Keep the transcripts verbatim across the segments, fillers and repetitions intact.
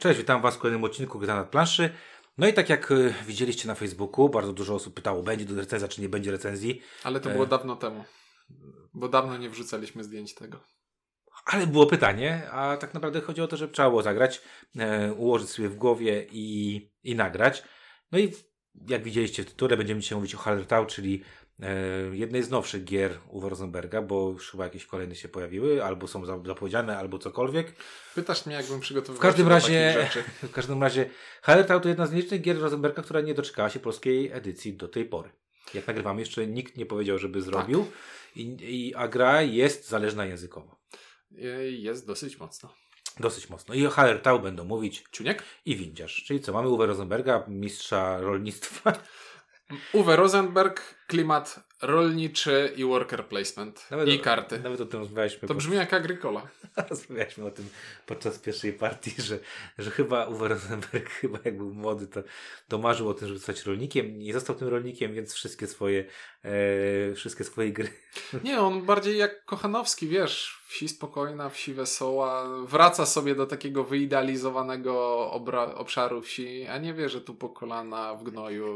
Cześć, witam Was w kolejnym odcinku Gry nad planszy. No i tak jak y, widzieliście na Facebooku, bardzo dużo osób pytało, będzie do recenzja, czy nie będzie recenzji. Ale to było e... dawno temu, bo dawno nie wrzucaliśmy zdjęć tego. Ale było pytanie, a tak naprawdę chodzi o to, żeby trzeba było zagrać, e, ułożyć sobie w głowie i, i nagrać. No i jak widzieliście w tytule, będziemy dzisiaj mówić o Hallertau, czyli e, jednej z nowszych gier Uwe Rosenberga, bo już chyba jakieś kolejne się pojawiły, albo są zapowiedziane, albo cokolwiek. Pytasz mnie, jakbym przygotowywał w każdym się razie, do takich rzeczy. W każdym razie Hallertau to jedna z nielicznych gier Rosenberga, która nie doczekała się polskiej edycji do tej pory. Jak nagrywamy, jeszcze nikt nie powiedział, żeby zrobił. Tak. I, i, a gra jest zależna językowo. Jest dosyć mocno. Dosyć mocno. I o Hallertau będą mówić Ciuniek i Windziarz. Czyli co, mamy Uwe Rosenberga, mistrza rolnictwa. Uwe Rosenberg, klimat rolniczy i worker placement. Nawet I o, karty. Nawet o tym rozmawialiśmy. To brzmi jak Agricola. Rozmawialiśmy o tym podczas pierwszej partii, że, że chyba Uwe Rosenberg, chyba jak był młody, to, to marzył o tym, żeby zostać rolnikiem. Nie został tym rolnikiem, więc wszystkie swoje e, wszystkie swoje gry. Nie, on bardziej jak Kochanowski, wiesz, wsi spokojna, wsi wesoła. Wraca sobie do takiego wyidealizowanego obra- obszaru wsi, a nie wie, że tu po kolana w gnoju.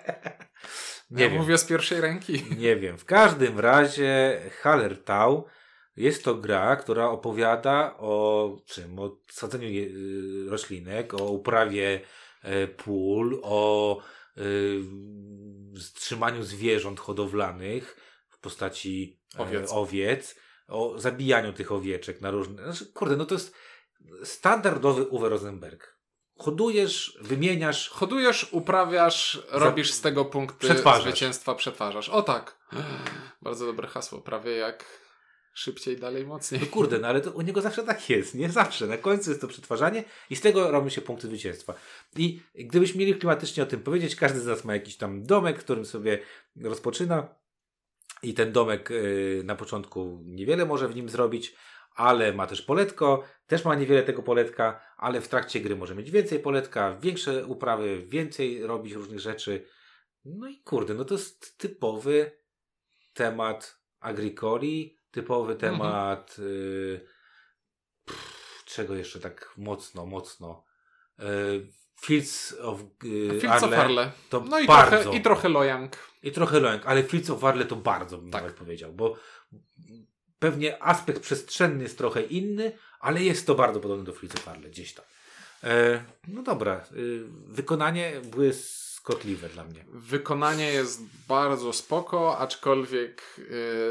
Nie ja wiem. Mówię z pierwszej ręki. Nie wiem. W każdym razie Hallertau jest to gra, która opowiada o czym? O sadzeniu roślinek, o uprawie pól, o wstrzymaniu zwierząt hodowlanych w postaci owiec, owiec o zabijaniu tych owieczek na różne... Znaczy, kurde, no to jest standardowy Uwe Rosenberg. Hodujesz, wymieniasz... Hodujesz, uprawiasz, Za... robisz z tego punkty przetwarzasz. Zwycięstwa, przetwarzasz. O tak. Bardzo dobre hasło. Prawie jak szybciej, dalej, mocniej. No kurde, no ale to u niego zawsze tak jest. Nie zawsze. Na końcu jest to przetwarzanie i z tego robią się punkty zwycięstwa. I gdybyśmy mieli klimatycznie o tym powiedzieć, każdy z nas ma jakiś tam domek, w którym sobie rozpoczyna i ten domek yy, na początku niewiele może w nim zrobić, ale ma też poletko, też ma niewiele tego poletka, ale w trakcie gry może mieć więcej poletka, większe uprawy, więcej robić różnych rzeczy. No i kurde, no to jest typowy temat agricoli, typowy temat mhm. y, pff, czego jeszcze tak mocno, mocno y, Fields of y, Fields Arle, of Arle. To no i bardzo, trochę, i trochę Lojang. I trochę Lojang, ale Fields of Arle to bardzo bym tak. nawet powiedział, bo pewnie aspekt przestrzenny jest trochę inny, ale jest to bardzo podobne do Fields of Arle gdzieś tam. E, no dobra, e, wykonanie błyskotliwe dla mnie. Wykonanie jest bardzo spoko, aczkolwiek e,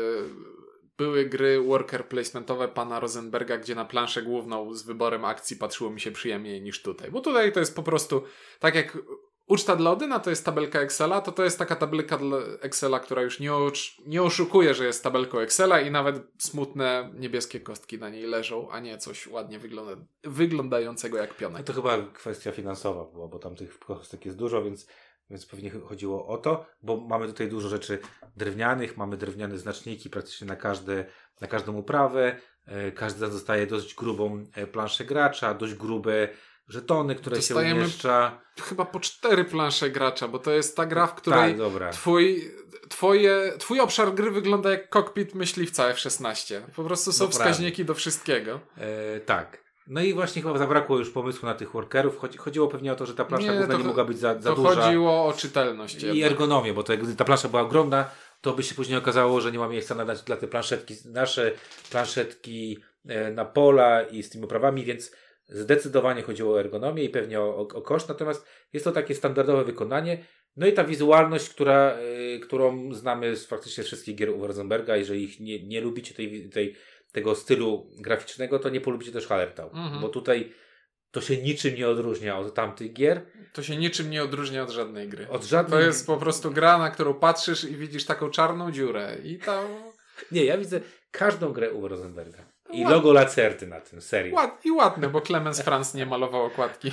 były gry worker placementowe pana Rosenberga, gdzie na planszę główną z wyborem akcji patrzyło mi się przyjemniej niż tutaj. Bo tutaj to jest po prostu tak jak uczta dla Odyna to jest tabelka Excela, to to jest taka tabelka dla Excela, która już nie, osz- nie oszukuje, że jest tabelką Excela i nawet smutne niebieskie kostki na niej leżą, a nie coś ładnie wygląda- wyglądającego jak pionek. No to chyba kwestia finansowa była, bo tam tych kostek jest dużo, więc, więc pewnie chodziło o to, bo mamy tutaj dużo rzeczy drewnianych, mamy drewniane znaczniki praktycznie na, każde, na każdą uprawę, e, każdy dostaje dość grubą e, planszę gracza, dość grube żetony, które Dostajemy się umieszcza. Chyba po cztery plansze gracza, bo to jest ta gra, w której tak, twój, twoje, twój obszar gry wygląda jak kokpit myśliwca F szesnaście. Po prostu są no wskaźniki prawie. do wszystkiego. E, tak. No i właśnie chyba zabrakło już pomysłu na tych workerów. Chodzi, chodziło pewnie o to, że ta plansza główna nie mogła być za, za to duża. To chodziło o czytelność. I jednak. ergonomię, bo to jak ta plansza była ogromna, to by się później okazało, że nie ma miejsca na, dla tej planszetki, nasze planszetki e, na pola i z tymi oprawami, więc zdecydowanie chodziło o ergonomię i pewnie o, o, o koszt, natomiast jest to takie standardowe wykonanie. No i ta wizualność, która, y, którą znamy z praktycznie wszystkich gier Uwe Rosenberga. Jeżeli ich nie, nie lubicie tej, tej, tego stylu graficznego, to nie polubicie też Hallertau, mhm. bo tutaj to się niczym nie odróżnia od tamtych gier. To się niczym nie odróżnia od żadnej gry. Od żadnej... To jest po prostu gra, na którą patrzysz i widzisz taką czarną dziurę i tam... Nie, ja widzę każdą grę Uwe Rosenberga. I Ład... logo Lacerty na tym, serii. Ład... I ładne, bo Clemens Franz nie malował okładki.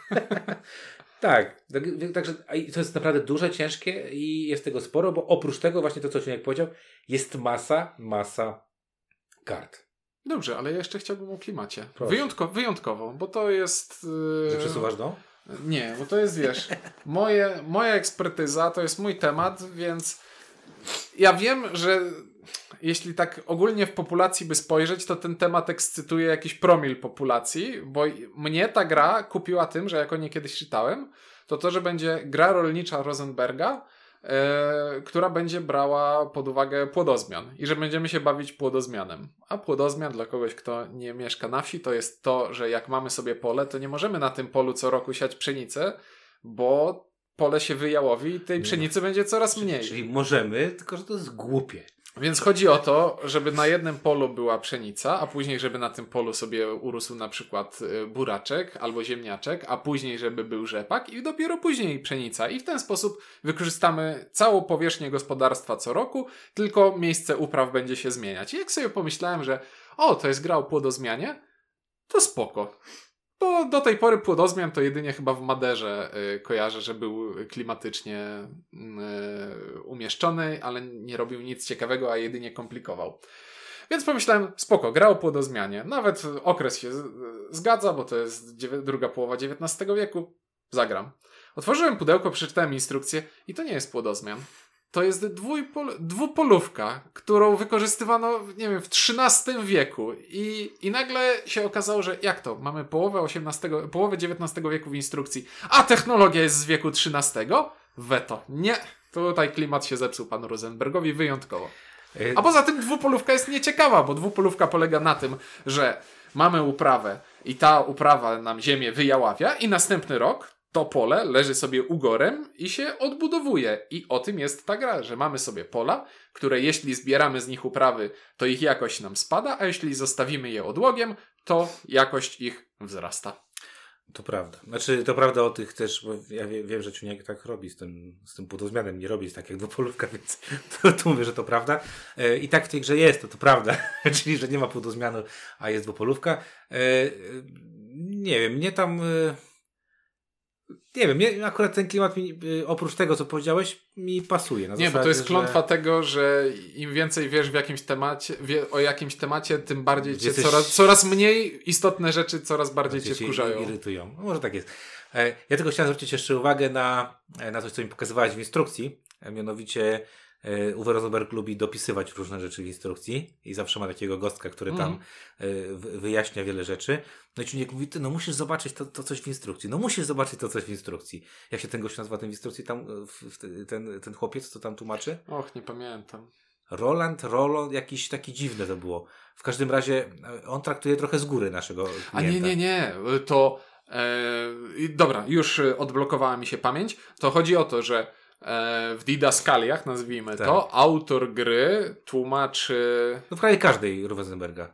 Tak, także to jest naprawdę duże, ciężkie i jest tego sporo, bo oprócz tego właśnie to, co Ciuniek powiedział, jest masa, masa kart. Dobrze, ale ja jeszcze chciałbym o klimacie. Wyjątko, wyjątkowo, bo to jest... Yy... Że przesuwasz dom? Nie, bo to jest, wiesz, moje, moja ekspertyza, to jest mój temat, więc ja wiem, że jeśli tak ogólnie w populacji by spojrzeć, to ten temat ekscytuje jakiś promil populacji, bo mnie ta gra kupiła tym, że jak o niej kiedyś czytałem, to to, że będzie gra rolnicza Rosenberga, Yy, która będzie brała pod uwagę płodozmian i że będziemy się bawić płodozmianem. A płodozmian dla kogoś, kto nie mieszka na wsi, to jest to, że jak mamy sobie pole, to nie możemy na tym polu co roku siać pszenicę, bo pole się wyjałowi i tej pszenicy no. będzie coraz mniej. Czyli, czyli możemy, tylko że to jest głupie. Więc chodzi o to, żeby na jednym polu była pszenica, a później, żeby na tym polu sobie urósł na przykład buraczek albo ziemniaczek, a później, żeby był rzepak i dopiero później pszenica. I w ten sposób wykorzystamy całą powierzchnię gospodarstwa co roku, tylko miejsce upraw będzie się zmieniać. I jak sobie pomyślałem, że o, to jest gra o płodozmianie, to spoko. Bo do tej pory płodozmian to jedynie chyba w Maderze y, kojarzę, że był klimatycznie y, umieszczony, ale nie robił nic ciekawego, a jedynie komplikował. Więc pomyślałem, spoko, gra o płodozmianie. Nawet okres się z, zgadza, bo to jest dziewię- druga połowa dziewiętnastego wieku. Zagram. Otworzyłem pudełko, przeczytałem instrukcję i to nie jest płodozmian. To jest dwójpol- dwupolówka, którą wykorzystywano, nie wiem, w trzynastym wieku. I, I nagle się okazało, że jak to? Mamy połowę osiemnastego, połowę dziewiętnastego wieku w instrukcji, a technologia jest z wieku trzynastego? Weto. Nie. Tutaj klimat się zepsuł panu Rosenbergowi wyjątkowo. A poza tym dwupolówka jest nieciekawa, bo dwupolówka polega na tym, że mamy uprawę i ta uprawa nam ziemię wyjaławia i następny rok to pole leży sobie ugorem i się odbudowuje. I o tym jest ta gra, że mamy sobie pola, które jeśli zbieramy z nich uprawy, to ich jakość nam spada, a jeśli zostawimy je odłogiem, to jakość ich wzrasta. To prawda. Znaczy, to prawda o tych też, bo ja wie, wiem, że Ciuniek tak robi z tym, z tym płodozmianem, nie robi tak jak dwupolówka, więc to, to mówię, że to prawda. E, I tak w tej grze jest, to to prawda. Czyli, że nie ma płodozmianu, a jest dwupolówka. E, nie wiem, mnie tam... E, Nie wiem, mnie akurat ten klimat mi, oprócz tego, co powiedziałeś, mi pasuje. Na nie, zasadzie, bo to jest klątwa że... tego, że im więcej wiesz w jakimś temacie, wie, o jakimś temacie, tym bardziej cię Jesteś... coraz, coraz mniej istotne rzeczy coraz bardziej cię wkurzają. Irytują. No, może tak jest. Ja tylko chciałem zwrócić jeszcze uwagę na, na coś, co mi pokazywałeś w instrukcji. Mianowicie Uwe Rosenberg lubi dopisywać różne rzeczy w instrukcji i zawsze ma takiego gostka, który tam mm. wyjaśnia wiele rzeczy. No i Ciuniek mówi, ty no musisz zobaczyć to, to coś w instrukcji. No musisz zobaczyć to coś w instrukcji. Jak się ten gość nazywa ten w instrukcji tam, w, ten, ten chłopiec, co tam tłumaczy? Och, nie pamiętam. Roland, Rolo, jakiś taki dziwne to było. W każdym razie on traktuje trochę z góry naszego klienta. A nie, nie, nie. To e, dobra, już odblokowała mi się pamięć. To chodzi o to, że w didaskaliach, nazwijmy tak. to, autor gry tłumaczy... No w prawie każdej Rosenberga.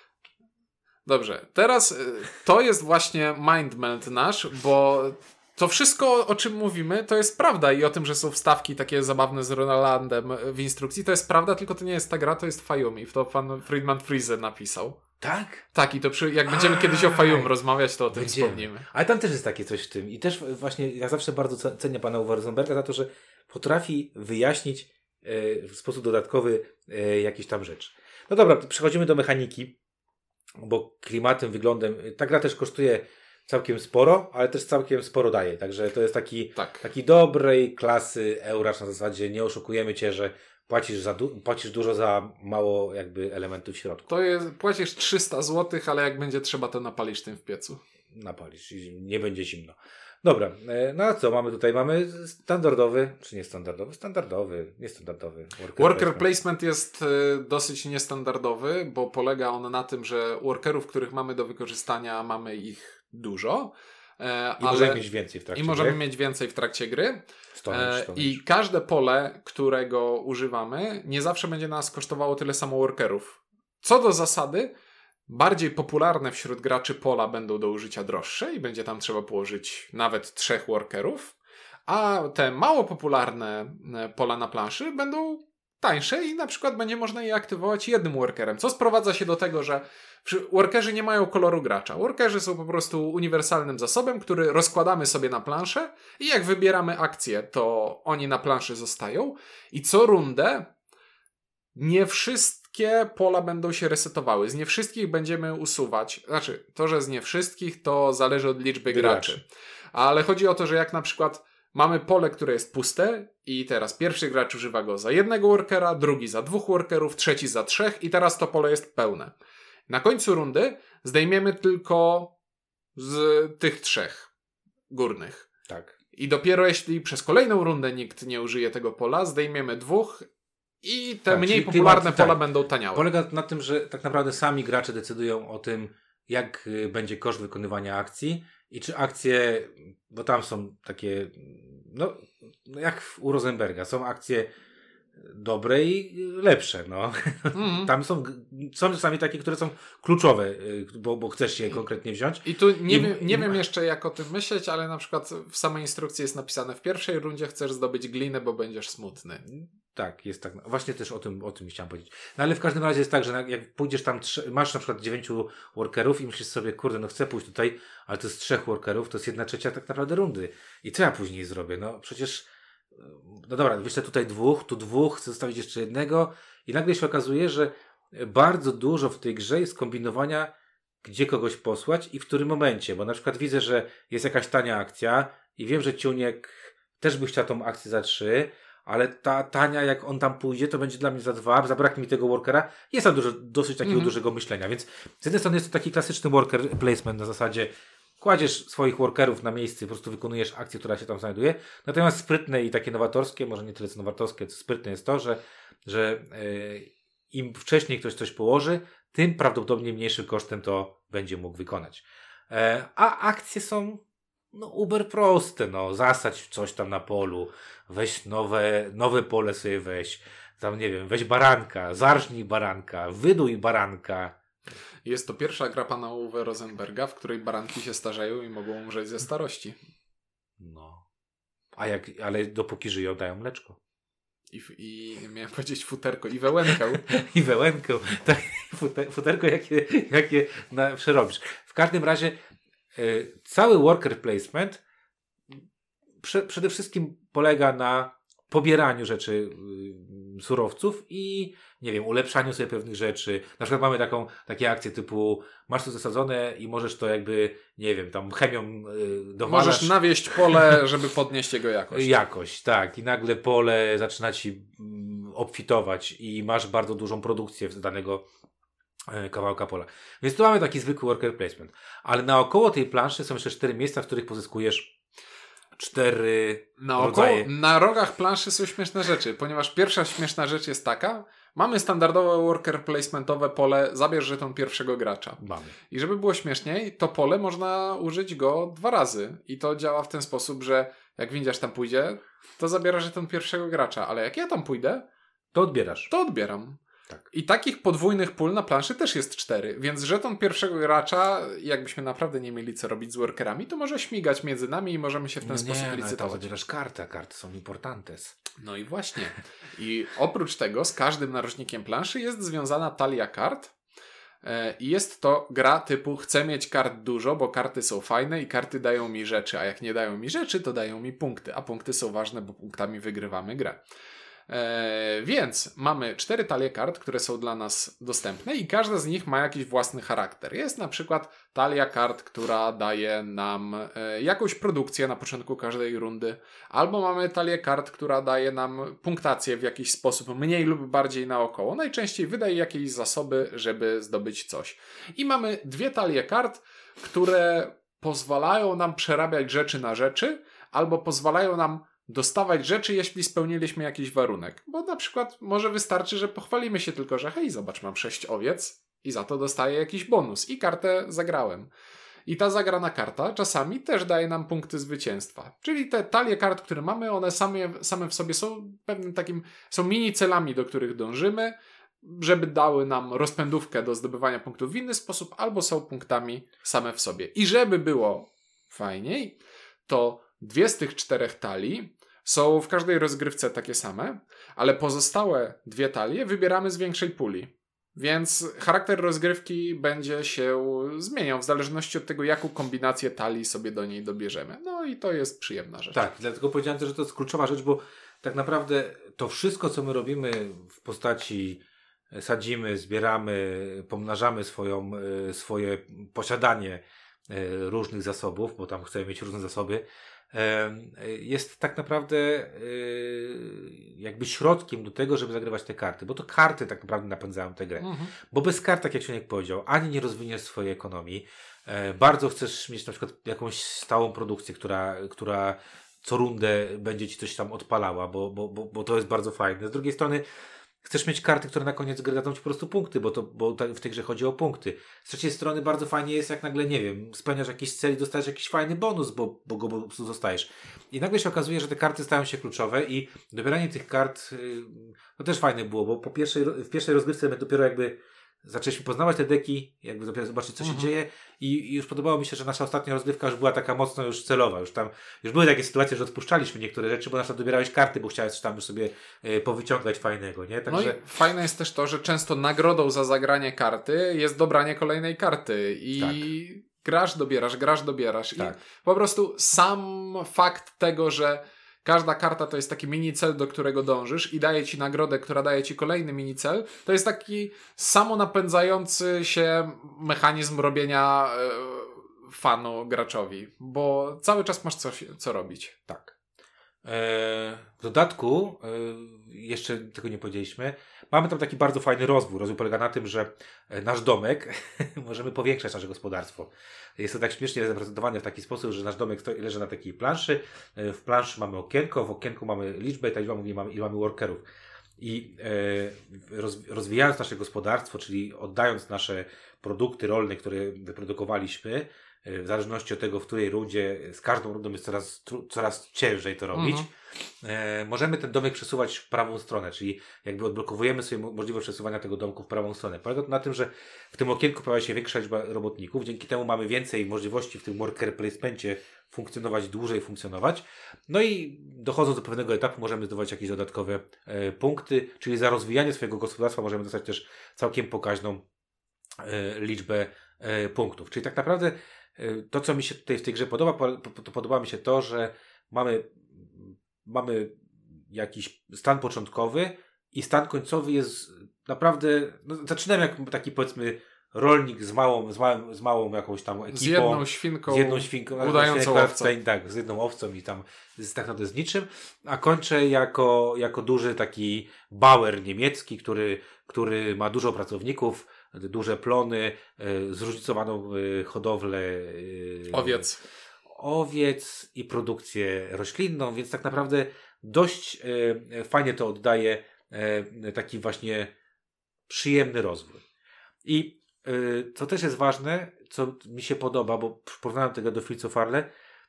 Dobrze, teraz to jest właśnie mindmeld nasz, bo to wszystko, o czym mówimy, to jest prawda i o tym, że są wstawki takie zabawne z Rolandem w instrukcji, to jest prawda, tylko to nie jest ta gra, to jest Fayumi. To pan Friedman Freeze napisał. Tak? Tak, i to przy, jak będziemy A, kiedyś o Fayum rozmawiać, to o tym będziemy. wspomnimy. Ale tam też jest takie coś w tym. I też właśnie ja zawsze bardzo cenię pana Uwe Rosenberga za to, że potrafi wyjaśnić e, w sposób dodatkowy e, jakieś tam rzeczy. No dobra, przechodzimy do mechaniki, bo klimatem, wyglądem, ta gra też kosztuje całkiem sporo, ale też całkiem sporo daje. Także to jest taki, tak. taki dobrej klasy Euraż na zasadzie nie oszukujemy cię, że Płacisz, za du- płacisz dużo za mało jakby elementów w środku. To jest, płacisz trzysta złotych, ale jak będzie trzeba, to napalisz tym w piecu. Napalisz i nie będzie zimno. Dobra, no a co mamy tutaj? Mamy standardowy, czy niestandardowy? Standardowy, niestandardowy. Worker, worker placement. placement jest y, dosyć niestandardowy, bo polega on na tym, że workerów, których mamy do wykorzystania, mamy ich dużo. I ale możemy mieć więcej w trakcie I gry. możemy mieć więcej w trakcie gry. Stonecz, stonecz. I każde pole, którego używamy, nie zawsze będzie nas kosztowało tyle samo workerów. Co do zasady, bardziej popularne wśród graczy pola będą do użycia droższe i będzie tam trzeba położyć nawet trzech workerów, a te mało popularne pola na planszy będą tańsze i na przykład będzie można je aktywować jednym workerem, co sprowadza się do tego, że workerzy nie mają koloru gracza. Workerzy są po prostu uniwersalnym zasobem, który rozkładamy sobie na planszę i jak wybieramy akcję, to oni na planszy zostają i co rundę nie wszystkie pola będą się resetowały. Z nie wszystkich będziemy usuwać. Znaczy, to, że z nie wszystkich, to zależy od liczby graczy. Ale chodzi o to, że jak na przykład mamy pole, które jest puste i teraz pierwszy gracz używa go za jednego workera, drugi za dwóch workerów, trzeci za trzech i teraz to pole jest pełne. Na końcu rundy zdejmiemy tylko z tych trzech górnych. Tak. I dopiero jeśli przez kolejną rundę nikt nie użyje tego pola, zdejmiemy dwóch i te tak, mniej popularne pola tak. będą taniały. Polega na tym, że tak naprawdę sami gracze decydują o tym, jak będzie koszt wykonywania akcji i czy akcje, bo tam są takie, no jak u Rosenberga, są akcje dobre i lepsze, no. Mm. Tam są, są czasami takie, które są kluczowe, bo, bo chcesz je konkretnie wziąć. I tu nie, I, wiem, nie i... wiem jeszcze jak o tym myśleć, ale na przykład w samej instrukcji jest napisane, w pierwszej rundzie chcesz zdobyć glinę, bo będziesz smutny. Tak, jest tak. Właśnie też o tym, o tym chciałem powiedzieć. No ale w każdym razie jest tak, że jak pójdziesz tam, masz na przykład dziewięciu workerów i myślisz sobie, kurde, no chcę pójść tutaj, ale to jest trzech workerów, to jest jedna trzecia tak naprawdę rundy. I co ja później zrobię? No przecież, no dobra, wyślę tutaj dwóch, tu dwóch, chcę zostawić jeszcze jednego i nagle się okazuje, że bardzo dużo w tej grze jest kombinowania, gdzie kogoś posłać i w którym momencie, bo na przykład widzę, że jest jakaś tania akcja i wiem, że Ciuniek też by chciał tą akcję za trzy, ale ta tania, jak on tam pójdzie, to będzie dla mnie za dwa, zabraknie mi tego workera. Jest tam dużo, dosyć takiego mm-hmm. dużego myślenia, więc z jednej strony jest to taki klasyczny worker placement na zasadzie kładziesz swoich workerów na miejsce i po prostu wykonujesz akcję, która się tam znajduje. Natomiast sprytne i takie nowatorskie, może nie tyle co nowatorskie, co sprytne jest to, że, że yy, im wcześniej ktoś coś położy, tym prawdopodobnie mniejszym kosztem to będzie mógł wykonać. Yy, a akcje są no uber proste, no zasadź coś tam na polu, weź nowe, nowe pole sobie weź, tam nie wiem, weź baranka, zarżnij baranka, wyduj baranka. Jest to pierwsza gra pana Uwe Rosenberga, w której baranki się starzeją i mogą umrzeć ze starości. No. A jak, ale dopóki żyją, dają mleczko. I, i miałem powiedzieć futerko i wełenkę. I wełenkę. Tak, futerko jakie, jakie na, przerobisz. W każdym razie yy, cały worker placement prze, przede wszystkim polega na pobieraniu rzeczy yy, surowców i nie wiem, ulepszaniu sobie pewnych rzeczy. Na przykład mamy taką, takie akcje typu masz to zasadzone i możesz to jakby, nie wiem, tam chemią yy, dowalasz. Możesz nawieść pole, żeby podnieść jego jakość. Jakość, tak. I nagle pole zaczyna ci mm, obfitować i masz bardzo dużą produkcję z danego yy, kawałka pola. Więc tu mamy taki zwykły worker placement. Ale naokoło tej planszy są jeszcze cztery miejsca, w których pozyskujesz cztery na rodzaje. Około, na rogach planszy są śmieszne rzeczy, ponieważ pierwsza śmieszna rzecz jest taka, mamy standardowe worker placementowe pole, zabierz żeton pierwszego gracza. Mamy. I żeby było śmieszniej, to pole można użyć go dwa razy. I to działa w ten sposób, że jak windiarz tam pójdzie, to zabiera żeton pierwszego gracza, ale jak ja tam pójdę, to odbierasz. To odbieram. Tak. I takich podwójnych pól na planszy też jest cztery, więc żeton pierwszego gracza, jakbyśmy naprawdę nie mieli co robić z workerami, to może śmigać między nami i możemy się w ten nie, sposób nie, licytować. Nie, zabierasz kartę, a karty są importantes. No i właśnie. I oprócz tego z każdym narożnikiem planszy jest związana talia kart i jest to gra typu chcę mieć kart dużo, bo karty są fajne i karty dają mi rzeczy, a jak nie dają mi rzeczy, to dają mi punkty, a punkty są ważne, bo punktami wygrywamy grę. Eee, więc mamy cztery talie kart, które są dla nas dostępne i każda z nich ma jakiś własny charakter. Jest na przykład talia kart, która daje nam e, jakąś produkcję na początku każdej rundy, albo mamy talię kart, która daje nam punktację w jakiś sposób, mniej lub bardziej naokoło. Najczęściej wydaje jakieś zasoby, żeby zdobyć coś. I mamy dwie talie kart, które pozwalają nam przerabiać rzeczy na rzeczy, albo pozwalają nam dostawać rzeczy, jeśli spełniliśmy jakiś warunek. Bo na przykład może wystarczy, że pochwalimy się tylko, że hej, zobacz, mam sześć owiec i za to dostaję jakiś bonus i kartę zagrałem. I ta zagrana karta czasami też daje nam punkty zwycięstwa. Czyli te talie kart, które mamy, one same, same w sobie są pewnym takim, są mini celami, do których dążymy, żeby dały nam rozpędówkę do zdobywania punktów w inny sposób, albo są punktami same w sobie. I żeby było fajniej, to dwie z tych czterech talii są w każdej rozgrywce takie same, ale pozostałe dwie talie wybieramy z większej puli. Więc charakter rozgrywki będzie się zmieniał w zależności od tego, jaką kombinację talii sobie do niej dobierzemy. No i to jest przyjemna rzecz. Tak, dlatego powiedziałem też, że to jest kluczowa rzecz, bo tak naprawdę to wszystko, co my robimy w postaci sadzimy, zbieramy, pomnażamy swoją, swoje posiadanie e, różnych zasobów, bo tam chcemy mieć różne zasoby, e, jest tak naprawdę e, jakby środkiem do tego, żeby zagrywać te karty, bo to karty tak naprawdę napędzają tę grę. Mhm. Bo bez kart, tak jak Sioniek powiedział, ani nie rozwiniesz swojej ekonomii, e, bardzo chcesz mieć na przykład jakąś stałą produkcję, która, która co rundę będzie ci coś tam odpalała, bo, bo, bo, bo to jest bardzo fajne. Z drugiej strony chcesz mieć karty, które na koniec gry dadzą ci po prostu punkty, bo, to, bo w tej grze chodzi o punkty. Z trzeciej strony bardzo fajnie jest, jak nagle, nie wiem, spełniasz jakiś cel i dostajesz jakiś fajny bonus, bo, bo go po prostu zostajesz. I nagle się okazuje, że te karty stają się kluczowe i dobieranie tych kart yy, to też fajne było, bo po pierwszej, w pierwszej rozgrywce my dopiero jakby zaczęliśmy poznawać te deki, jakby dopiero zobaczyć, co się mhm. dzieje i, i już podobało mi się, że nasza ostatnia rozgrywka już była taka mocno już celowa. Już tam, już były takie sytuacje, że odpuszczaliśmy niektóre rzeczy, bo na przykład dobierałeś karty, bo chciałeś tam już sobie y, powyciągać fajnego, nie? Także... No i fajne jest też to, że często nagrodą za zagranie karty jest dobranie kolejnej karty i tak. grasz, dobierasz, grasz, dobierasz. Tak. I po prostu sam fakt tego, że każda karta to jest taki mini cel, do którego dążysz i daje ci nagrodę, która daje ci kolejny mini cel. To jest taki samonapędzający się mechanizm robienia e, fanu graczowi, bo cały czas masz coś, co robić. Tak. E, w dodatku, e, jeszcze tego nie powiedzieliśmy, mamy tam taki bardzo fajny rozwój. Rozwój polega na tym, że nasz domek możemy powiększać nasze gospodarstwo. Jest to tak śmiesznie zaprezentowane w taki sposób, że nasz domek leży na takiej planszy. W planszy mamy okienko, w okienku mamy liczbę i ta liczba mówi, ile mamy workerów. I e, rozwijając nasze gospodarstwo, czyli oddając nasze produkty rolne, które wyprodukowaliśmy, w zależności od tego, w której rundzie, z każdą rundą jest coraz, coraz ciężej to robić, mhm. e, możemy ten domek przesuwać w prawą stronę, czyli jakby odblokowujemy sobie możliwość przesuwania tego domku w prawą stronę. Polega to na tym, że w tym okienku pojawia się większa liczba robotników, dzięki temu mamy więcej możliwości w tym worker placemencie funkcjonować, dłużej funkcjonować. No i dochodząc do pewnego etapu możemy zdobywać jakieś dodatkowe e, punkty, czyli za rozwijanie swojego gospodarstwa możemy dostać też całkiem pokaźną e, liczbę e, punktów. Czyli tak naprawdę to, co mi się tutaj w tej grze podoba, to podoba mi się to, że mamy, mamy jakiś stan początkowy i stan końcowy jest naprawdę, no, zaczynamy jak taki, powiedzmy, rolnik z małą, z małą, z małą jakąś tam ekipą. Z jedną świnką. Z jedną świnką. Udającą owcą. Tak, z jedną owcą i tam z, tak naprawdę z niczym. A kończę jako, jako duży taki Bauer niemiecki, który, który ma dużo pracowników, duże plony, y, zróżnicowaną y, hodowlę y, owiec. owiec i produkcję roślinną, więc tak naprawdę dość y, fajnie to oddaje y, taki właśnie przyjemny rozwój. I y, co też jest ważne, co mi się podoba, bo porównałem tego do Fields of Arle,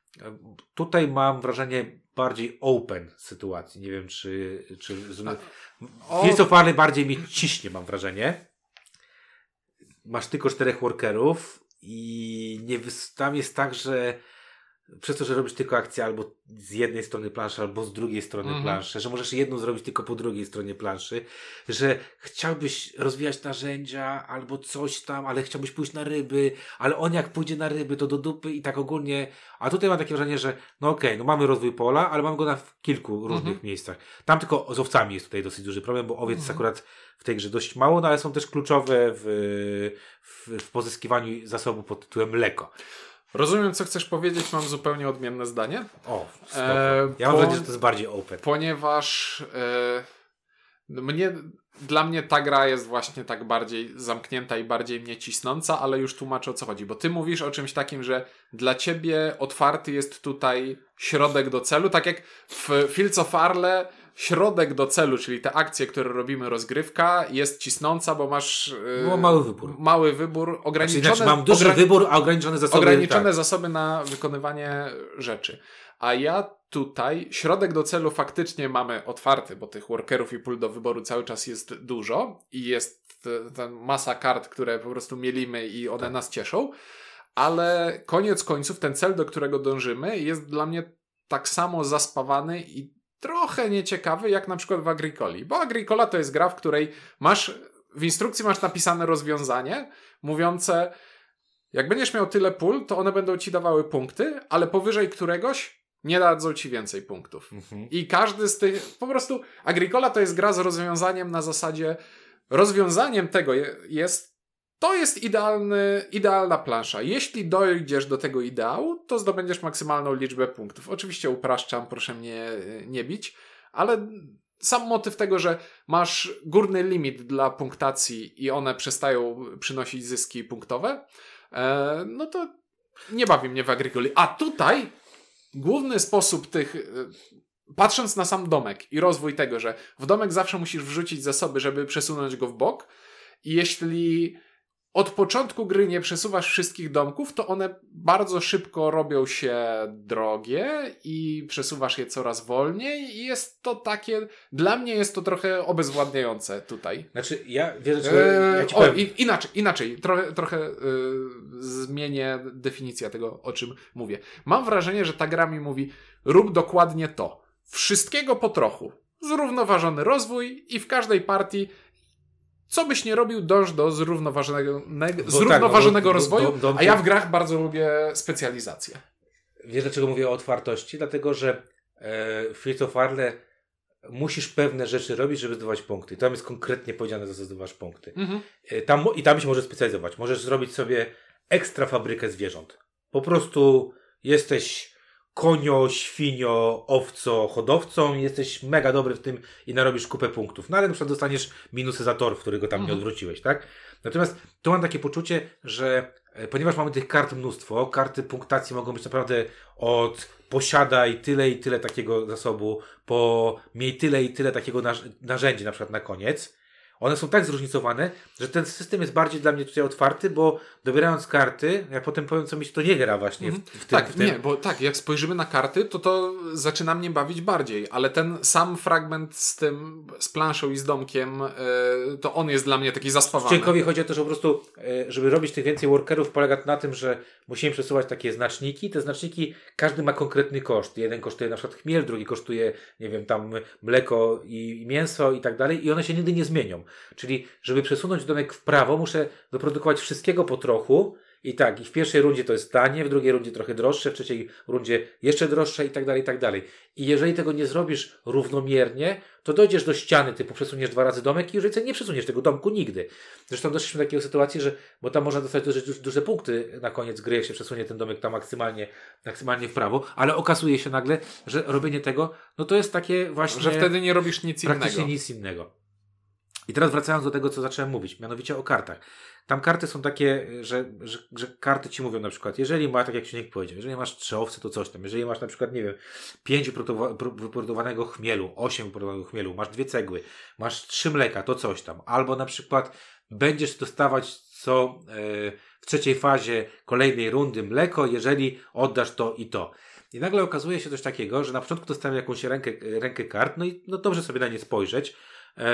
tutaj mam wrażenie bardziej open sytuacji. Nie wiem, czy, czy Fields of Arle bardziej mi ciśnie, mam wrażenie. Masz tylko czterech workerów i nie, tam jest tak, że przez to, że robisz tylko akcję albo z jednej strony planszy, albo z drugiej strony mm-hmm. planszy, że możesz jedną zrobić tylko po drugiej stronie planszy, że chciałbyś rozwijać narzędzia albo coś tam, ale chciałbyś pójść na ryby, ale on jak pójdzie na ryby, to do dupy i tak ogólnie. A tutaj mam takie wrażenie, że no okej, okay, no mamy rozwój pola, ale mamy go na kilku różnych mm-hmm. miejscach. Tam tylko z owcami jest tutaj dosyć duży problem, bo owiec mm-hmm. jest akurat w tej grze dość mało, no ale są też kluczowe w, w, w pozyskiwaniu zasobu pod tytułem mleko. Rozumiem, co chcesz powiedzieć, mam zupełnie odmienne zdanie. O, e, ja mam po, nadzieję, że to jest bardziej open. Ponieważ e, mnie, dla mnie ta gra jest właśnie tak bardziej zamknięta i bardziej mnie cisnąca, ale już tłumaczę, o co chodzi. Bo ty mówisz o czymś takim, że dla ciebie otwarty jest tutaj środek do celu, tak jak w Fields of Arle środek do celu, czyli te akcje, które robimy, rozgrywka, jest cisnąca, bo masz yy, Było mały wybór. Mały wybór, ograniczony. Znaczy, znaczy mam duży ograni- wybór, a ograniczone zasoby. Ograniczone tak. zasoby na wykonywanie rzeczy. A ja tutaj środek do celu faktycznie mamy otwarty, bo tych workerów i pól do wyboru cały czas jest dużo i jest ta masa kart, które po prostu mielimy i one tak. nas cieszą, ale koniec końców ten cel, do którego dążymy, jest dla mnie tak samo zaspawany i trochę nieciekawy, jak na przykład w Agricoli. Bo Agricola to jest gra, w której masz, w instrukcji masz napisane rozwiązanie mówiące, jak będziesz miał tyle pól, to one będą ci dawały punkty, ale powyżej któregoś nie dadzą ci więcej punktów. Mhm. I każdy z tych, po prostu Agricola to jest gra z rozwiązaniem na zasadzie, rozwiązaniem tego jest to jest idealny, idealna plansza. Jeśli dojdziesz do tego ideału, to zdobędziesz maksymalną liczbę punktów. Oczywiście upraszczam, proszę mnie nie bić, ale sam motyw tego, że masz górny limit dla punktacji i one przestają przynosić zyski punktowe, e, no to nie bawi mnie w Agricoli. A tutaj główny sposób tych... Patrząc na sam domek i rozwój tego, że w domek zawsze musisz wrzucić zasoby, żeby przesunąć go w bok i jeśli od początku gry nie przesuwasz wszystkich domków, to one bardzo szybko robią się drogie i przesuwasz je coraz wolniej i jest to takie, dla mnie jest to trochę obezwładniające tutaj. Znaczy, ja wierzę, że... Ja ci powiem. O, i, inaczej, inaczej, trochę, trochę yy, zmienię definicję tego, o czym mówię. Mam wrażenie, że ta gra mi mówi, rób dokładnie to. Wszystkiego po trochu. Zrównoważony rozwój i w każdej partii co byś nie robił, dąż do zrównoważonego, neg- zrównoważonego tak, rozwoju, do, do, do, a ja w grach bardzo lubię specjalizację. Wiesz, dlaczego mówię o otwartości? Dlatego, że e, w Free of Arle musisz pewne rzeczy robić, żeby zdobywać punkty. I tam jest konkretnie powiedziane, za co zdobywasz punkty. Mhm. E, tam, I tam się możesz specjalizować. Możesz zrobić sobie ekstra fabrykę zwierząt. Po prostu jesteś konio, świnio, owco, hodowcą i jesteś mega dobry w tym i narobisz kupę punktów. No ale na przykład dostaniesz minusy za tor, w którego tam mhm. nie odwróciłeś, tak? Natomiast tu mam takie poczucie, że e, ponieważ mamy tych kart mnóstwo, karty punktacji mogą być naprawdę od posiadaj tyle i tyle takiego zasobu, po miej tyle i tyle takiego naż- narzędzi na przykład na koniec. One są tak zróżnicowane, że ten system jest bardziej dla mnie tutaj otwarty, bo dobierając karty, ja potem powiem, co mi się to nie gra właśnie w, w tym. Tak, w tym. nie, bo tak, jak spojrzymy na karty, to to zaczyna mnie bawić bardziej, ale ten sam fragment z tym, z planszą i z domkiem, yy, to on jest dla mnie taki zaspawany. Ciekawie chodzi o to, że po prostu, yy, żeby robić tych więcej workerów, polega na tym, że musimy przesuwać takie znaczniki. Te znaczniki, każdy ma konkretny koszt. Jeden kosztuje na przykład chmiel, drugi kosztuje, nie wiem, tam mleko i mięso i tak dalej i one się nigdy nie zmienią. Czyli, żeby przesunąć domek w prawo, muszę wyprodukować wszystkiego po trochu i tak, i w pierwszej rundzie to jest tanie, w drugiej rundzie trochę droższe, w trzeciej rundzie jeszcze droższe i tak dalej, i tak dalej. I jeżeli tego nie zrobisz równomiernie, to dojdziesz do ściany, typu przesuniesz dwa razy domek i już nie przesuniesz tego domku nigdy. Zresztą doszliśmy do takiej sytuacji, że, bo tam można dostać duże, duże punkty na koniec gry, jak się przesunie ten domek tam maksymalnie, maksymalnie w prawo, ale okazuje się nagle, że robienie tego, no to jest takie właśnie... Że wtedy nie robisz nic innego. Praktycznie nic innego. I teraz wracając do tego, co zacząłem mówić, mianowicie o kartach. Tam karty są takie, że, że, że karty ci mówią na przykład, jeżeli ma, tak jak Ciuniek powiedział, jeżeli masz trzy owce, to coś tam. Jeżeli masz na przykład, nie wiem, pięć wyprodukowanego chmielu, osiem wyprodukowanego chmielu, masz dwie cegły, masz trzy mleka, to coś tam. Albo na przykład będziesz dostawać co yy, w trzeciej fazie kolejnej rundy mleko, jeżeli oddasz to i to. I nagle okazuje się coś takiego, że na początku dostałem jakąś rękę, rękę kart, no i no dobrze sobie na nie spojrzeć. Yy,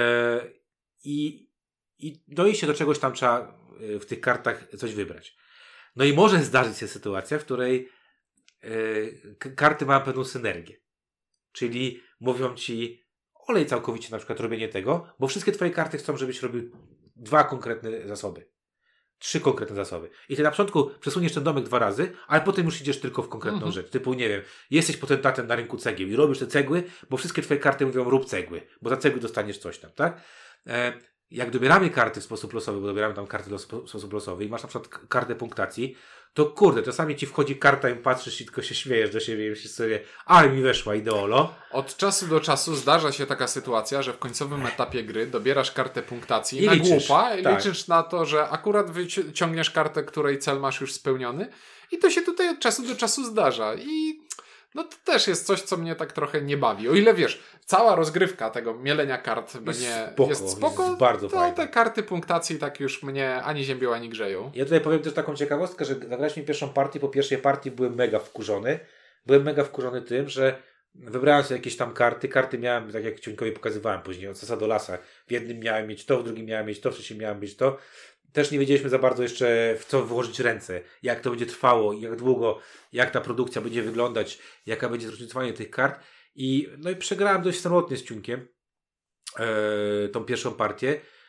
I, i dojść się do czegoś tam trzeba w tych kartach coś wybrać. No i może zdarzyć się sytuacja, w której yy, k- karty mają pewną synergię. Czyli mówią ci, olej całkowicie na przykład robienie tego, bo wszystkie twoje karty chcą, żebyś robił dwa konkretne zasoby. Trzy konkretne zasoby. I ty na początku przesuniesz ten domek dwa razy, ale potem już idziesz tylko w konkretną mhm. rzecz. Typu, nie wiem, jesteś potentatem na rynku cegieł i robisz te cegły, bo wszystkie twoje karty mówią rób cegły, bo za cegły dostaniesz coś tam, tak? E, jak dobieramy karty w sposób losowy, bo dobieramy tam karty w sposób losowy i masz na przykład kartę punktacji, to kurde, czasami ci wchodzi karta i patrzysz i tylko się śmiejesz do siebie i myślisz sobie, ale mi weszła ideolo. Od czasu do czasu zdarza się taka sytuacja, że w końcowym etapie gry dobierasz kartę punktacji I na liczysz, głupa i tak. liczysz na to, że akurat wyciągniesz kartę, której cel masz już spełniony i to się tutaj od czasu do czasu zdarza i no to też jest coś, co mnie tak trochę nie bawi. O ile wiesz, cała rozgrywka tego mielenia kart jest mnie spoko, jest spoko, jest bardzo to fajne. te karty punktacji tak już mnie ani ziębią, ani grzeją. Ja tutaj powiem też taką ciekawostkę, że zagraliśmy pierwszą partię, po pierwszej partii byłem mega wkurzony. Byłem mega wkurzony tym, że wybrałem sobie jakieś tam karty. Karty miałem, tak jak Ciuńkowi pokazywałem później, od sasa do lasa. W jednym miałem mieć to, w drugim miałem mieć to, w trzecim miałem mieć to. Też nie wiedzieliśmy za bardzo jeszcze, w co włożyć ręce, jak to będzie trwało, jak długo, jak ta produkcja będzie wyglądać, jaka będzie zróżnicowanie tych kart. I, no i przegrałem dość samotnie z Ciuńkiem yy, tą pierwszą partię,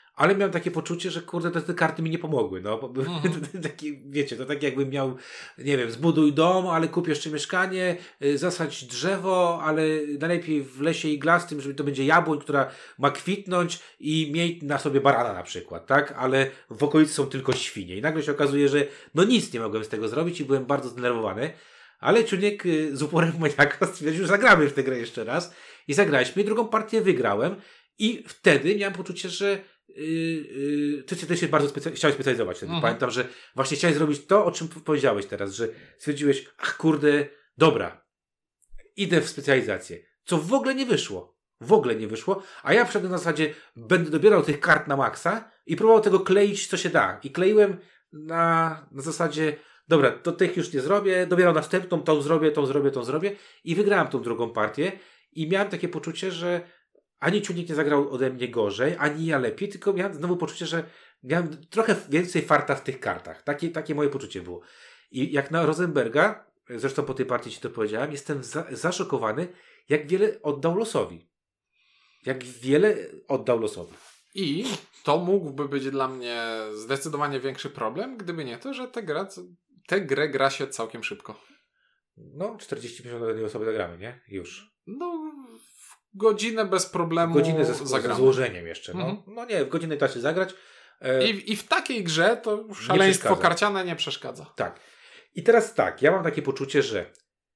ale miałem takie poczucie, że kurde, te, te karty mi nie pomogły, no. Bo, Mhm. taki, wiecie, to tak jakbym miał, nie wiem, zbuduj dom, ale kup jeszcze mieszkanie, y, zasadź drzewo, ale najlepiej w lesie iglastym, żeby to będzie jabłoń, która ma kwitnąć i miej na sobie barana na przykład, tak? Ale w okolicy są tylko świnie. I nagle się okazuje, że no nic nie mogłem z tego zrobić i byłem bardzo zdenerwowany. Ale Ciuniek y, z uporem maniaka stwierdził, że zagramy w tę grę jeszcze raz. I zagraliśmy i drugą partię wygrałem. I wtedy miałem poczucie, że Yy, yy, ty, ty się bardzo specy- chciałeś specjalizować wtedy. Mhm. Pamiętam, że właśnie chciałeś zrobić to, o czym powiedziałeś teraz, że stwierdziłeś, ach kurde, dobra, idę w specjalizację. Co w ogóle nie wyszło. W ogóle nie wyszło. A ja wszedłem na zasadzie, będę dobierał tych kart na maksa i próbował tego kleić, co się da. I kleiłem na, na zasadzie, dobra, to tych już nie zrobię, dobieram następną, tą zrobię, tą zrobię, tą zrobię. I wygrałem tą drugą partię. I miałem takie poczucie, że ani Ciunik nie zagrał ode mnie gorzej, ani ja lepiej, tylko miałem znowu poczucie, że miałem trochę więcej farta w tych kartach. Takie, takie moje poczucie było. I jak na Rosenberga, zresztą po tej partii ci to powiedziałem, jestem za, zaszokowany, jak wiele oddał losowi. Jak wiele oddał losowi. I to mógłby być dla mnie zdecydowanie większy problem, gdyby nie to, że tę grę, tę grę gra się całkiem szybko. No, czterdzieści pięć minut do jednej osoby zagramy, nie? Już. No, w godzinę bez problemu Godzinę ze, ze złożeniem jeszcze. No. Mhm. no nie, w godzinę da się zagrać. E... I, I w takiej grze to szaleństwo nie karciane nie przeszkadza. Tak. I teraz tak, ja mam takie poczucie, że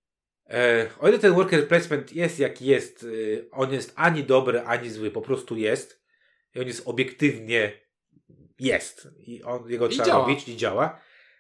e, o ile ten worker placement jest jak jest, e, on jest ani dobry, ani zły, po prostu jest. I on jest obiektywnie jest. I on, jego I trzeba działa. robić i działa.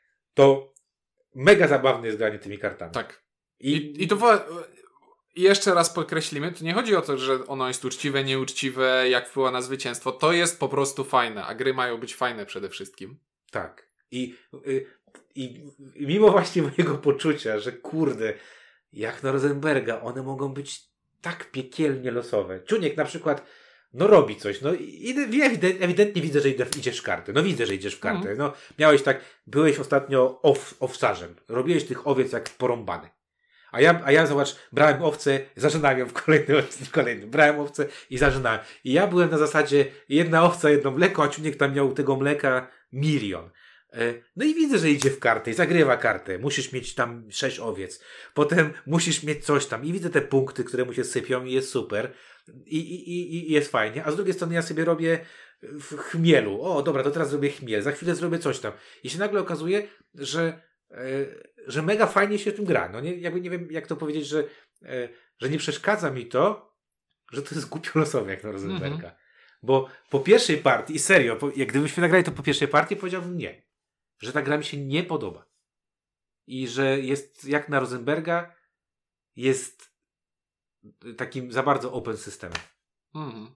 To mega zabawne jest granie tymi kartami. Tak. I, I, i to wo- i jeszcze raz podkreślimy, to nie chodzi o to, że ono jest uczciwe, nieuczciwe, jak wpływa na zwycięstwo. To jest po prostu fajne, a gry mają być fajne przede wszystkim. Tak. I, y, i, i mimo właśnie mojego poczucia, że kurde, jak na Rosenberga, one mogą być tak piekielnie losowe. Ciuniek na przykład, no robi coś, no i ewidentnie, ewidentnie widzę, że idę, idziesz w kartę. No widzę, że idziesz w kartę. Mhm. No miałeś tak, byłeś ostatnio ow, owsarzem. Robiłeś tych owiec jak porąbany. A ja, a ja zobacz, brałem owce, zażynałem ją w kolejnym, w kolejnym. Brałem owce i zażynałem. I ja byłem na zasadzie jedna owca, jedno mleko, a Ciuniek tam miał tego mleka milion. No i widzę, że idzie w kartę i zagrywa kartę. Musisz mieć tam sześć owiec. Potem musisz mieć coś tam. I widzę te punkty, które mu się sypią i jest super. I, i, i, i jest fajnie. A z drugiej strony ja sobie robię w chmielu. O, dobra, to teraz zrobię chmiel. Za chwilę zrobię coś tam. I się nagle okazuje, że, e, że mega fajnie się tym gra. No nie, jakby nie wiem, jak to powiedzieć, że, e, że nie przeszkadza mi to, że to jest głupio losowe, jak na Rosenberga. Mhm. Bo po pierwszej partii, i serio, po, jak gdybyśmy nagrali to po pierwszej partii, powiedziałbym nie. Że ta gra mi się nie podoba. I że jest, jak na Rosenberga, jest takim za bardzo open systemem. Mhm.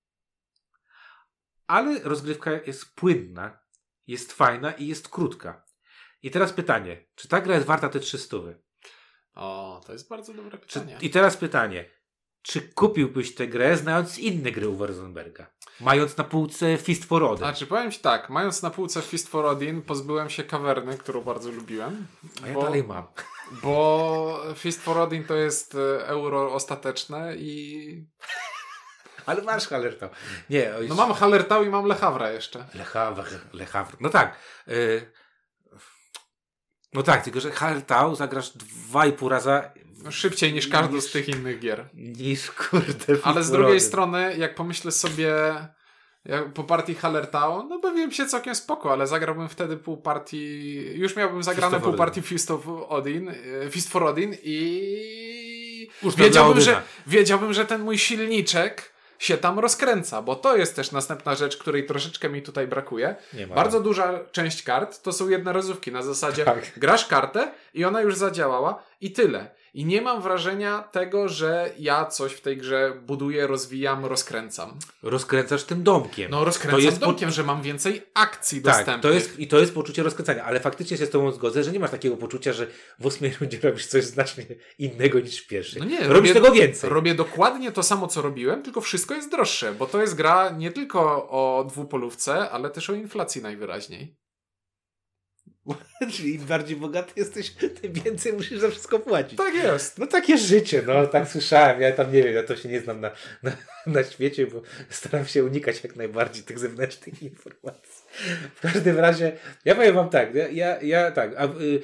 Ale rozgrywka jest płynna, jest fajna i jest krótka. I teraz pytanie, czy ta gra jest warta te trzy stówy? O, to jest bardzo dobre pytanie. Czy, I teraz pytanie, czy kupiłbyś tę grę, znając inne gry u Rosenberga? Mając na półce Fist for Odin. Znaczy, powiem Ci tak, mając na półce Fist for Odin, pozbyłem się kawerny, którą bardzo lubiłem. A ja bo, dalej mam. Bo Fist for Odin to jest euro ostateczne i... Ale masz Hallertau. Nie, no mam Hallertau i mam Le Havre jeszcze. Le Havre, Le Havre. No tak. Yy... No tak, tylko że Hallertau zagrasz dwa i pół raza no, szybciej niż każdy niż, z tych innych gier. Niż kurde. Ale z drugiej strony, jak pomyślę sobie jak po partii Hallertau, no bawiłem się całkiem spoko, ale zagrałbym wtedy pół partii, już miałbym zagrane pół partii Fist of Odin, Fist for Odin i wiedziałbym że, wiedziałbym, że ten mój silniczek się tam rozkręca, bo to jest też następna rzecz, której troszeczkę mi tutaj brakuje. Bardzo duża część kart to są jednorazówki, na zasadzie tak. Grasz kartę i ona już zadziałała i tyle. I nie mam wrażenia tego, że ja coś w tej grze buduję, rozwijam, rozkręcam. Rozkręcasz tym domkiem. No rozkręcam to jest domkiem, po... że mam więcej akcji tak, dostępnych. To jest, i to jest poczucie rozkręcania, ale faktycznie się z tobą zgodzę, że nie masz takiego poczucia, że w ósmej rundzie robisz coś znacznie innego niż w pierwszej. No nie, robisz robię, tego więcej. Robię dokładnie to samo, co robiłem, tylko wszystko jest droższe, bo to jest gra nie tylko o dwupolówce, ale też o inflacji najwyraźniej. Czyli im bardziej bogaty jesteś, tym więcej musisz za wszystko płacić. Tak jest. No takie życie, no tak słyszałem. Ja tam nie wiem, ja to się nie znam na, na, na świecie, bo staram się unikać jak najbardziej tych zewnętrznych informacji. W każdym razie, ja powiem wam tak, ja, ja, ja tak, a, y,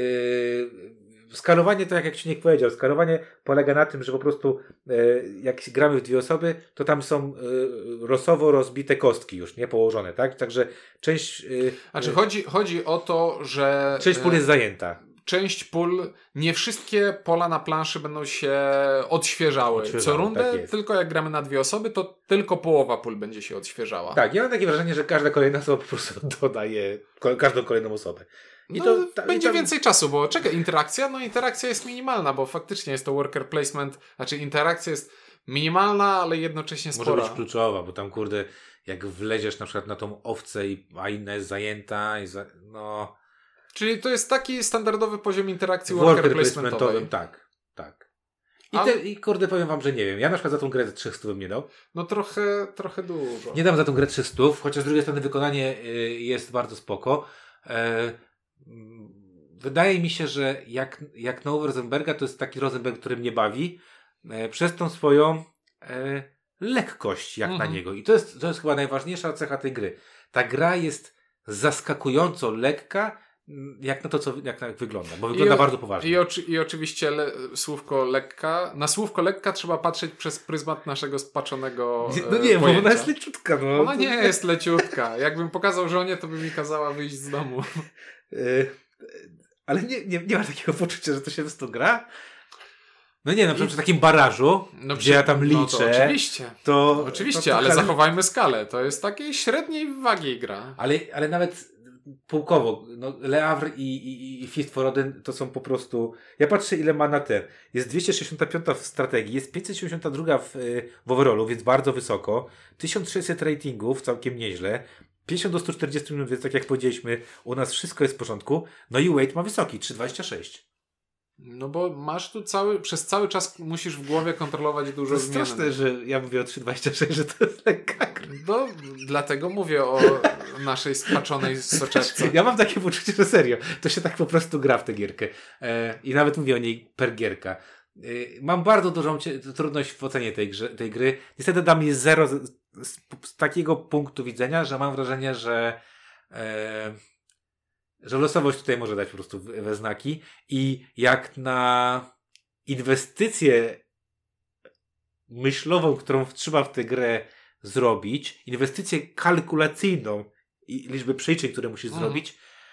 y, skalowanie, to jak, jak Ciuniek powiedział, skalowanie polega na tym, że po prostu y, jak gramy w dwie osoby, to tam są y, losowo rozbite kostki już, nie położone, tak? Także część... Y, Znaczy y, chodzi, chodzi o to, że... część pól jest zajęta. Część pól, nie wszystkie pola na planszy będą się odświeżały, Odświeżały, co rundę, tak jest. tylko jak gramy na dwie osoby, to tylko połowa pól będzie się odświeżała. Tak, ja mam takie wrażenie, że każda kolejna osoba po prostu dodaje ko- każdą kolejną osobę. I no, to, ta, będzie i tam... więcej czasu, bo czekaj, interakcja, no interakcja jest minimalna, bo faktycznie jest to worker placement, znaczy interakcja jest minimalna, ale jednocześnie spora. Może być kluczowa, bo tam kurde, jak wleziesz na przykład na tą owcę, i, a inna jest zajęta, i za, no... Czyli to jest taki standardowy poziom interakcji worker worker placementowym, placementowej. tak, tak. I, Ale... te, I kurde, powiem wam, że nie wiem. Ja na przykład za tą grę za trzysta bym nie dał. No trochę, trochę dużo. Nie dam za tą grę trzysta, chociaż z drugiej strony wykonanie y, jest bardzo spoko. E, wydaje mi się, że jak, jak na Rosenberga to jest taki Rosenberg, który mnie bawi, e, przez tą swoją e, lekkość jak Mhm. na niego. I to jest, to jest chyba najważniejsza cecha tej gry. Ta gra jest zaskakująco lekka, jak na to, co jak na, wygląda, bo wygląda I o, bardzo poważnie. I, oczy, i oczywiście le, słówko lekka. Na słówko lekka trzeba patrzeć przez pryzmat naszego spaczonego No nie, e, bo pojęcia. ona jest leciutka. No. Ona nie jest leciutka. Jakbym pokazał żonie, to by mi kazała wyjść z domu. Yy, ale nie, nie, nie ma takiego poczucia, że to się w to gra. No nie, na przykład I... przy takim barażu, no, gdzie ja tam liczę. No to oczywiście. To, oczywiście, to, to, ale ale... zachowajmy skalę. To jest takiej średniej wagi gra. Ale, ale nawet pułkowo, no, Le Havre i, i, i Fist for Odin to są po prostu... Ja patrzę, ile ma na ten. Jest dwieście sześćdziesiąt pięć w strategii, jest pięćset siedemdziesiąt dwa w, w overallu, więc bardzo wysoko. tysiąc sześćset ratingów, całkiem nieźle. pięćdziesiąt do stu czterdziestu minut, więc tak jak powiedzieliśmy, u nas wszystko jest w porządku. No i weight ma wysoki, trzysta dwadzieścia sześć. No bo masz tu cały, przez cały czas musisz w głowie kontrolować dużo To jest zmian. straszne, że ja mówię o trzysta dwadzieścia sześć, że to jest lekka gra. No, dlatego mówię o naszej spaczonej soczewce. Ja mam takie poczucie, że serio, to się tak po prostu gra w tę gierkę. E, I nawet mówię o niej per gierka. E, mam bardzo dużą cie- trudność w ocenie tej, grze, tej gry. Niestety dam jej zero z, z, z takiego punktu widzenia, że mam wrażenie, że e, że losowość tutaj może dać po prostu we we znaki i jak na inwestycję myślową, którą trzeba w tę grę zrobić, inwestycję kalkulacyjną i liczbę przejrzeń, które musisz Mhm. zrobić,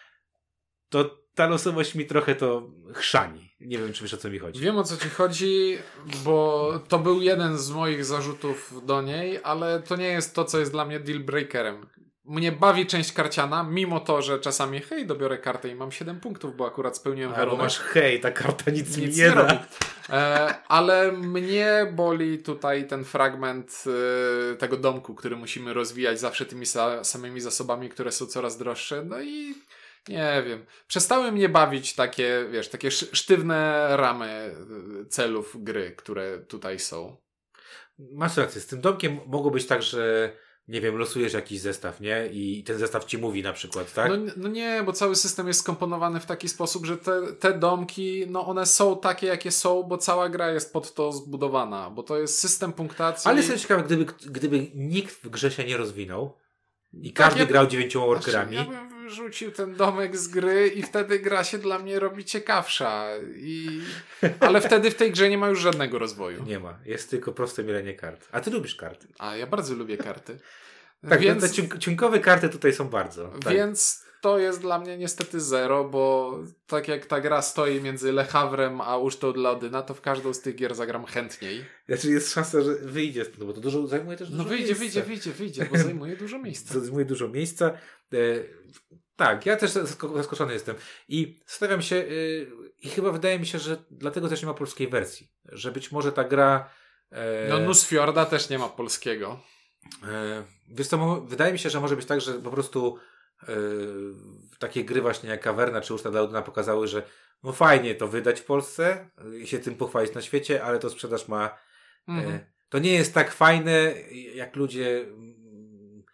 to ta losowość mi trochę to chrzani. Nie wiem, czy wiesz, o co mi chodzi. Wiem, o co ci chodzi, bo to był jeden z moich zarzutów do niej, ale to nie jest to, co jest dla mnie deal breakerem. Mnie bawi część karciana, mimo to, że czasami hej, dobiorę kartę i mam siedem punktów, bo akurat spełniłem Albo warunek. masz hej, ta karta nic, Nic mi nie, nie da. robi. E, ale mnie boli tutaj ten fragment e, tego domku, który musimy rozwijać zawsze tymi sa- samymi zasobami, które są coraz droższe. No i nie wiem. Przestały mnie bawić takie, wiesz, takie sz- sztywne ramy e, celów gry, które tutaj są. Masz rację, z tym domkiem mogło być tak, że nie wiem, losujesz jakiś zestaw, nie? I ten zestaw ci mówi na przykład, tak? No, no nie, bo cały system jest skomponowany w taki sposób, że te, te domki, no one są takie, jakie są, bo cała gra jest pod to zbudowana, bo to jest system punktacji. Ale jestem ciekawy, gdyby, gdyby nikt w grze się nie rozwinął i Tak, każdy ja- grał dziewięcioma workerami. Znaczy, ja bym wyrzucił ten domek z gry i wtedy gra się dla mnie robi ciekawsza. I... Ale wtedy w tej grze nie ma już żadnego rozwoju. Nie ma, jest tylko proste mielenie kart. A ty lubisz karty. A ja bardzo lubię karty. Tak, więc, te ciunk- ciunkowe karty tutaj są bardzo. Tak. więc to jest dla mnie niestety zero, bo tak jak ta gra stoi między Le Havrem a Ucztą dla Odyna, to w każdą z tych gier zagram chętniej. Znaczy jest szansa, że wyjdzie z tego, bo to dużo, zajmuje też dużo No wyjdzie, miejsca. wyjdzie, wyjdzie, wyjdzie, bo zajmuje dużo miejsca. To zajmuje dużo miejsca. E, tak, ja też zasko- zaskoczony jestem. I stawiam się, y, i chyba wydaje mi się, że dlatego też nie ma polskiej wersji. Że być może ta gra... E, No Nusfjorda też nie ma polskiego. E, wiesz co, mo- wydaje mi się, że może być tak, że po prostu e, takie gry właśnie jak Caverna czy Uczta dla Odyna pokazały, że no fajnie to wydać w Polsce i się tym pochwalić na świecie, ale to sprzedaż ma... Mhm. E, to nie jest tak fajne, jak ludzie mm,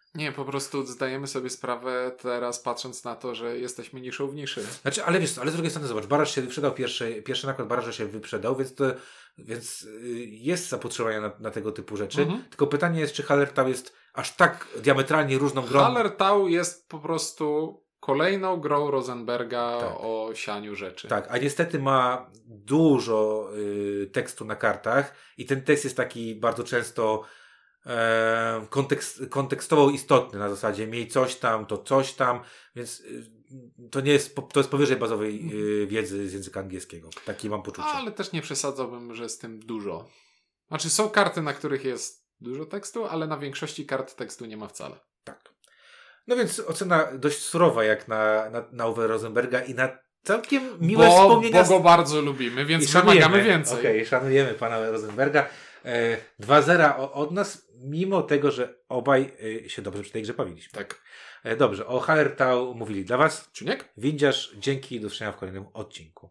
Nie, po prostu zdajemy sobie sprawę teraz, patrząc na to, że jesteśmy niszą w niszy. Znaczy, ale wiesz, ale z drugiej strony zobacz, baraż się wyprzedał, pierwszy, pierwszy nakład baraża się wyprzedał, więc to więc jest zapotrzebowanie na, na tego typu rzeczy. Mhm. Tylko pytanie jest, czy Hallertau jest aż tak diametralnie różną grą. Hallertau jest po prostu kolejną grą Rosenberga tak. o sianiu rzeczy. Tak, a niestety ma dużo y, tekstu na kartach i ten tekst jest taki bardzo często e, kontekst, kontekstowo istotny na zasadzie miej coś tam, to coś tam, więc y, to nie jest, to jest powyżej bazowej y, wiedzy z języka angielskiego. Takie mam poczucie. Ale też nie przesadzałbym, że z tym dużo. Znaczy są karty, na których jest dużo tekstu, ale na większości kart tekstu nie ma wcale. Tak. No więc ocena dość surowa jak na, na, na Uwe Rosenberga i na całkiem miłe bo, wspomnienia. Bo go bardzo lubimy, więc wymagamy więcej. Okej, okay, szanujemy pana Rosenberga. E, dwa zero od nas, mimo tego, że obaj e, się dobrze przy tej grze bawiliśmy. Tak. E, dobrze, o Hallertau mówili dla was Czuniek? Windziarz, dzięki, do zobaczenia w kolejnym odcinku.